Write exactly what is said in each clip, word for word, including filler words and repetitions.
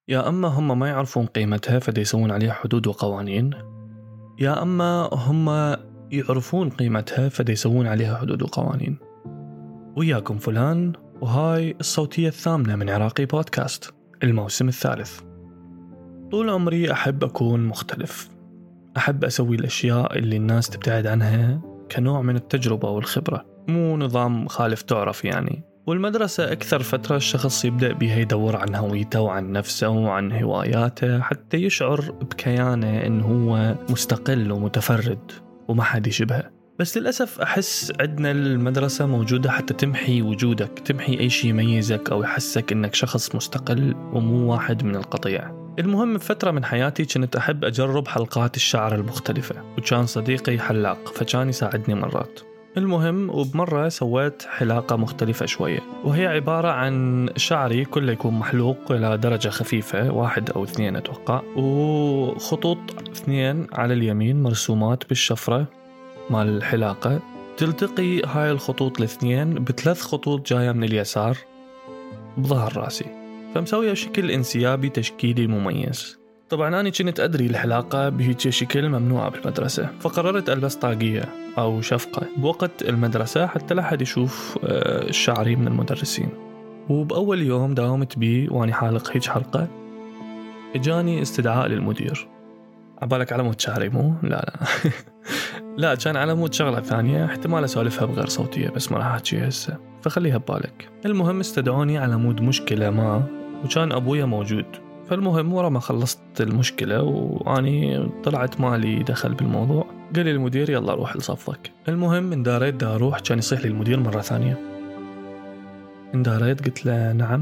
يا أما هم ما يعرفون قيمتها فدا يسوون عليها حدود وقوانين، يا أما هم يعرفون قيمتها فدا يسوون عليها حدود وقوانين. وياكم فلان، وهاي الصوتية الثامنة من عراقي بودكاست الموسم الثالث. طول عمري أحب أكون مختلف، أحب أسوي الأشياء اللي الناس تبتعد عنها كنوع من التجربة والخبرة، مو نظام خالف تعرف يعني. والمدرسة أكثر فترة الشخص يبدأ بها يدور عن هويته وعن نفسه وعن هواياته حتى يشعر بكيانه إنه هو مستقل ومتفرد وما حد يشبهه. بس للأسف أحس عندنا المدرسة موجودة حتى تمحي وجودك، تمحي أي شيء يميزك أو يحسك إنك شخص مستقل ومو واحد من القطيع. المهم بفترة من حياتي كنت أحب أجرب حلقات الشعر المختلفة، وكان صديقي حلاق فكان يساعدني مرات. المهم وبمرة سويت حلاقة مختلفة شوية، وهي عبارة عن شعري كله يكون محلوق إلى درجة خفيفة، واحد أو اثنين أتوقع، وخطوط اثنين على اليمين مرسومات بالشفرة مال الحلاقة، تلتقي هاي الخطوط الاثنين بثلاث خطوط جاية من اليسار بظهر راسي، فمسوية شكل انسيابي تشكيلي مميز. طبعا أنا كنت أدري الحلاقة بهيك شكل ممنوعة بالمدرسة، فقررت ألبس طاقية أو شفقة بوقت المدرسة حتى لا أحد يشوف شعري من المدرسين. وبأول يوم داومت بي واني حالق هيك حلقة، إجاني استدعاء للمدير. عبالك على مود شعري مو؟ لا لا لا، كان على مود شغلة ثانية احتمال أسولفها بغير صوتية بس ما راح أحكيها هسه، فخليها ببالك. المهم استدعوني على مود مشكلة ما، وكان أبويا موجود. فالمهم ورا ما خلصت المشكلة واني طلعت مالي دخل بالموضوع، قال لي المدير يلا روح لصفك. المهم من داريت دا أروح، كان يصيح لي المدير مرة ثانية. من داريت قلت له نعم.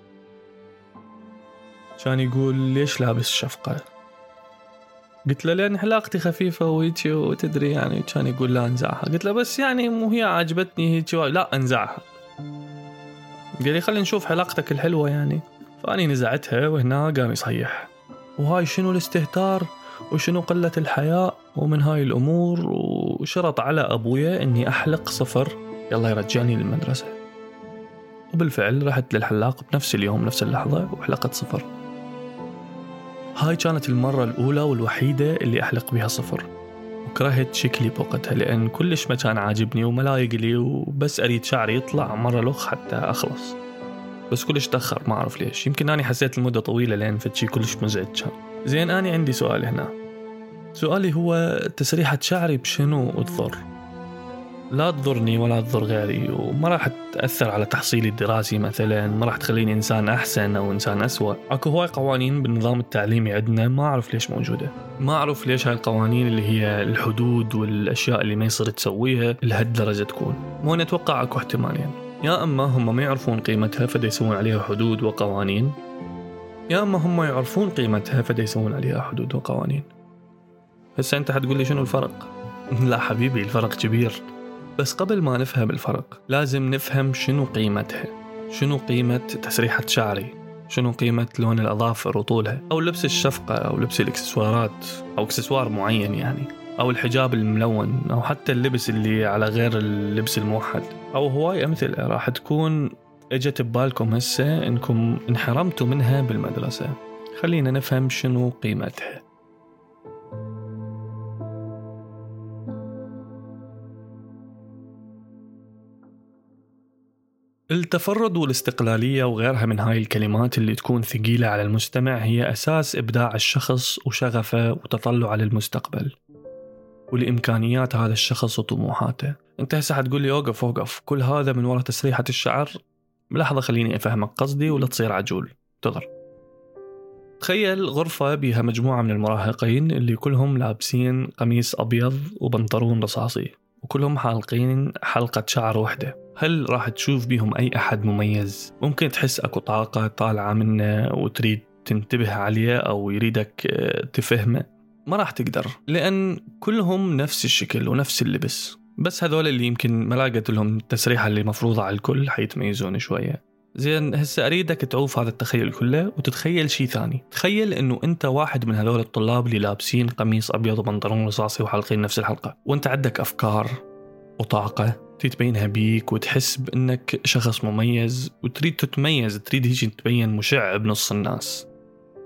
كان يقول ليش لابس شفقة؟ قلت له لأن حلاقتي خفيفة وهيك وتدري يعني. كان يقول لا انزعها. قلت له بس يعني مو هي عجبتني هيك، لا انزعها. قال لي خلي نشوف حلاقتك الحلوة يعني. فأني نزعتها وهنا قام يصيح، وهاي شنو الاستهتار وشنو قلة الحياء ومن هاي الأمور، وشرط على أبويا أني أحلق صفر يلا يرجعني للمدرسة. وبالفعل رحت للحلاق بنفس اليوم نفس اللحظة وحلقت صفر. هاي كانت المرة الأولى والوحيدة اللي أحلق بها صفر، وكرهت شكلي بوقتها لأن كلش ما كان عاجبني وما لايق لي، وبس أريد شعري يطلع مرة لخ حتى أخلص. بس كلش تأخر ما أعرف ليش، يمكن أنا حسيت المدة طويلة لأن فتشي كلش مزعج كان. زين أنا عندي سؤال هنا، سؤالي هو تسريحة شعري بشنو تضر؟ لا تضرني ولا تضر غيري، وما راح تأثر على تحصيلي الدراسي مثلا، ما راح تخليني إنسان أحسن أو إنسان أسوأ. أكو هواي قوانين بالنظام التعليمي عندنا ما أعرف ليش موجودة، ما أعرف ليش هاي القوانين اللي هي الحدود والأشياء اللي ما يصير تسويها لهالدرجة تكون. مو نتوقع أكو احتمالين، يا أما هم ما يعرفون قيمتها فدا يسوون عليها حدود وقوانين، يا أما هم يعرفون قيمتها فدا يسوون عليها حدود وقوانين. هسه أنت حتقول لي شنو الفرق؟ لا حبيبي الفرق كبير، بس قبل ما نفهم الفرق لازم نفهم شنو قيمتها. شنو قيمة تسريحة شعري؟ شنو قيمة لون الأظافر وطولها؟ أو لبس الشفقة أو لبس الإكسسوارات أو إكسسوار معين يعني، أو الحجاب الملون، أو حتى اللبس اللي على غير اللبس الموحد، أو هواي أمثلة راح تكون اجت ببالكم هسه إنكم انحرمتوا منها بالمدرسة. خلينا نفهم شنو قيمتها. التفرد والاستقلالية وغيرها من هاي الكلمات اللي تكون ثقيلة على المستمع هي أساس إبداع الشخص وشغفه وتطلعه للمستقبل والإمكانيات هذا الشخص وطموحاته. أنت هسه حتقول لي أوقف أوقف كل هذا من وراء تسريحة الشعر؟ بلحظة خليني أفهمك قصدي ولا تصير عجول تغر. تخيل غرفة بها مجموعة من المراهقين اللي كلهم لابسين قميص أبيض وبنطلون رصاصي وكلهم حالقين حلقة شعر واحدة. هل راح تشوف بيهم أي أحد مميز؟ ممكن تحس أكو طاقة طالعة منه وتريد تنتبه عليه أو يريدك تفهمه؟ ما راح تقدر، لأن كلهم نفس الشكل ونفس اللبس، بس هذول اللي يمكن ما لاقت لهم التسريحة اللي مفروضة على الكل حيتميزون شوية. زين هسه أريدك تعوف هذا التخيل كله وتتخيل شيء ثاني. تخيل إنه أنت واحد من هذول الطلاب اللي لابسين قميص أبيض وبنطلون رصاصي وحلقين نفس الحلقة، وأنت عندك أفكار وطاقة تتبينها بيك وتحس بأنك شخص مميز وتريد تتميز، تريد هيك تبين مشع بنص الناس.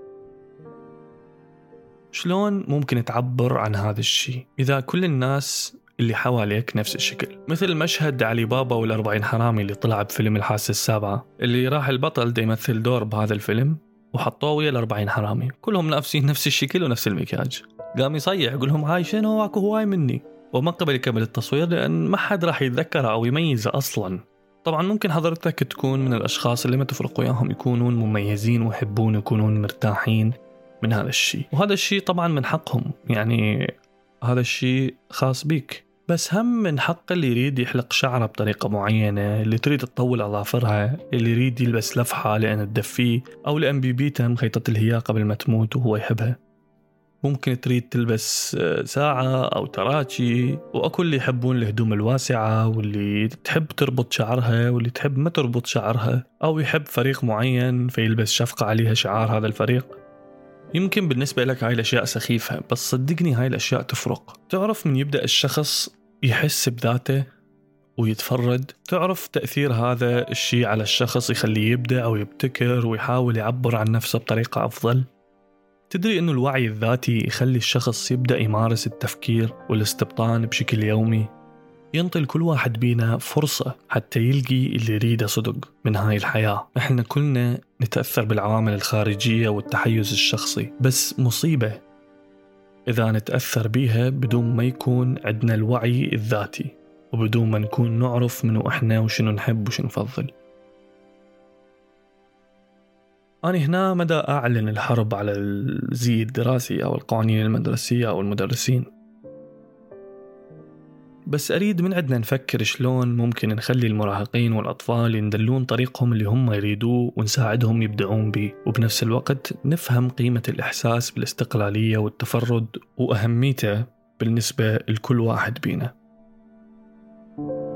شلون ممكن تعبر عن هذا الشيء إذا كل الناس اللي حواليك نفس الشكل؟ مثل مشهد علي بابا والأربعين حرامي اللي طلع بفيلم الحاسة السابعة، اللي راح البطل دا يمثل دور بهذا الفيلم وحطوه ويا الأربعين حرامي كلهم نفسين نفس الشكل ونفس المكياج. قام يصيح يقول لهم هاي شنو واكو هواي مني، وما قبل يكمل التصوير لأن ما حد راح يتذكره أو يميزه أصلا. طبعا ممكن حضرتك تكون من الأشخاص اللي ما تفرق وياهم يكونون مميزين ويحبون يكونون مرتاحين من هذا الشيء، وهذا الشيء طبعا من حقهم، يعني هذا الشيء خاص بيك. بس هم من حق اللي يريد يحلق شعره بطريقة معينة، اللي تريد تطول أظافرها، اللي يريد يلبس لفحة لأن تدفيه، أو لأن بيبيته مخيطة الهياء قبل ما تموت وهو يحبها. ممكن تريد تلبس ساعة أو تراتشي، وأكل اللي يحبون الهدوم الواسعة، واللي تحب تربط شعرها، واللي تحب ما تربط شعرها، أو يحب فريق معين فيلبس شفقة عليها شعار هذا الفريق. يمكن بالنسبة لك هاي الأشياء سخيفة، بس صدقني هاي الأشياء تفرق. تعرف من يبدأ الشخص يحس بذاته ويتفرد، تعرف تأثير هذا الشيء على الشخص يخليه يبدأ أو يبتكر ويحاول يعبر عن نفسه بطريقة أفضل. تدري أنه الوعي الذاتي يخلي الشخص يبدأ يمارس التفكير والاستبطان بشكل يومي، ينطي لكل واحد بينا فرصة حتى يلقي اللي يريده صدق من هاي الحياة. احنا كلنا نتأثر بالعوامل الخارجية والتحيز الشخصي، بس مصيبة إذا نتأثر بيها بدون ما يكون عندنا الوعي الذاتي، وبدون ما نكون نعرف منو احنا وشنو نحب وشنو نفضل. أنا هنا مدى أعلن الحرب على الزي الدراسي أو القوانين المدرسية أو المدرسين، بس أريد من عندنا نفكر شلون ممكن نخلي المراهقين والأطفال يندلون طريقهم اللي هم يريدوه ونساعدهم يبدعون به، وبنفس الوقت نفهم قيمة الإحساس بالاستقلالية والتفرد وأهميته بالنسبة لكل واحد بينا.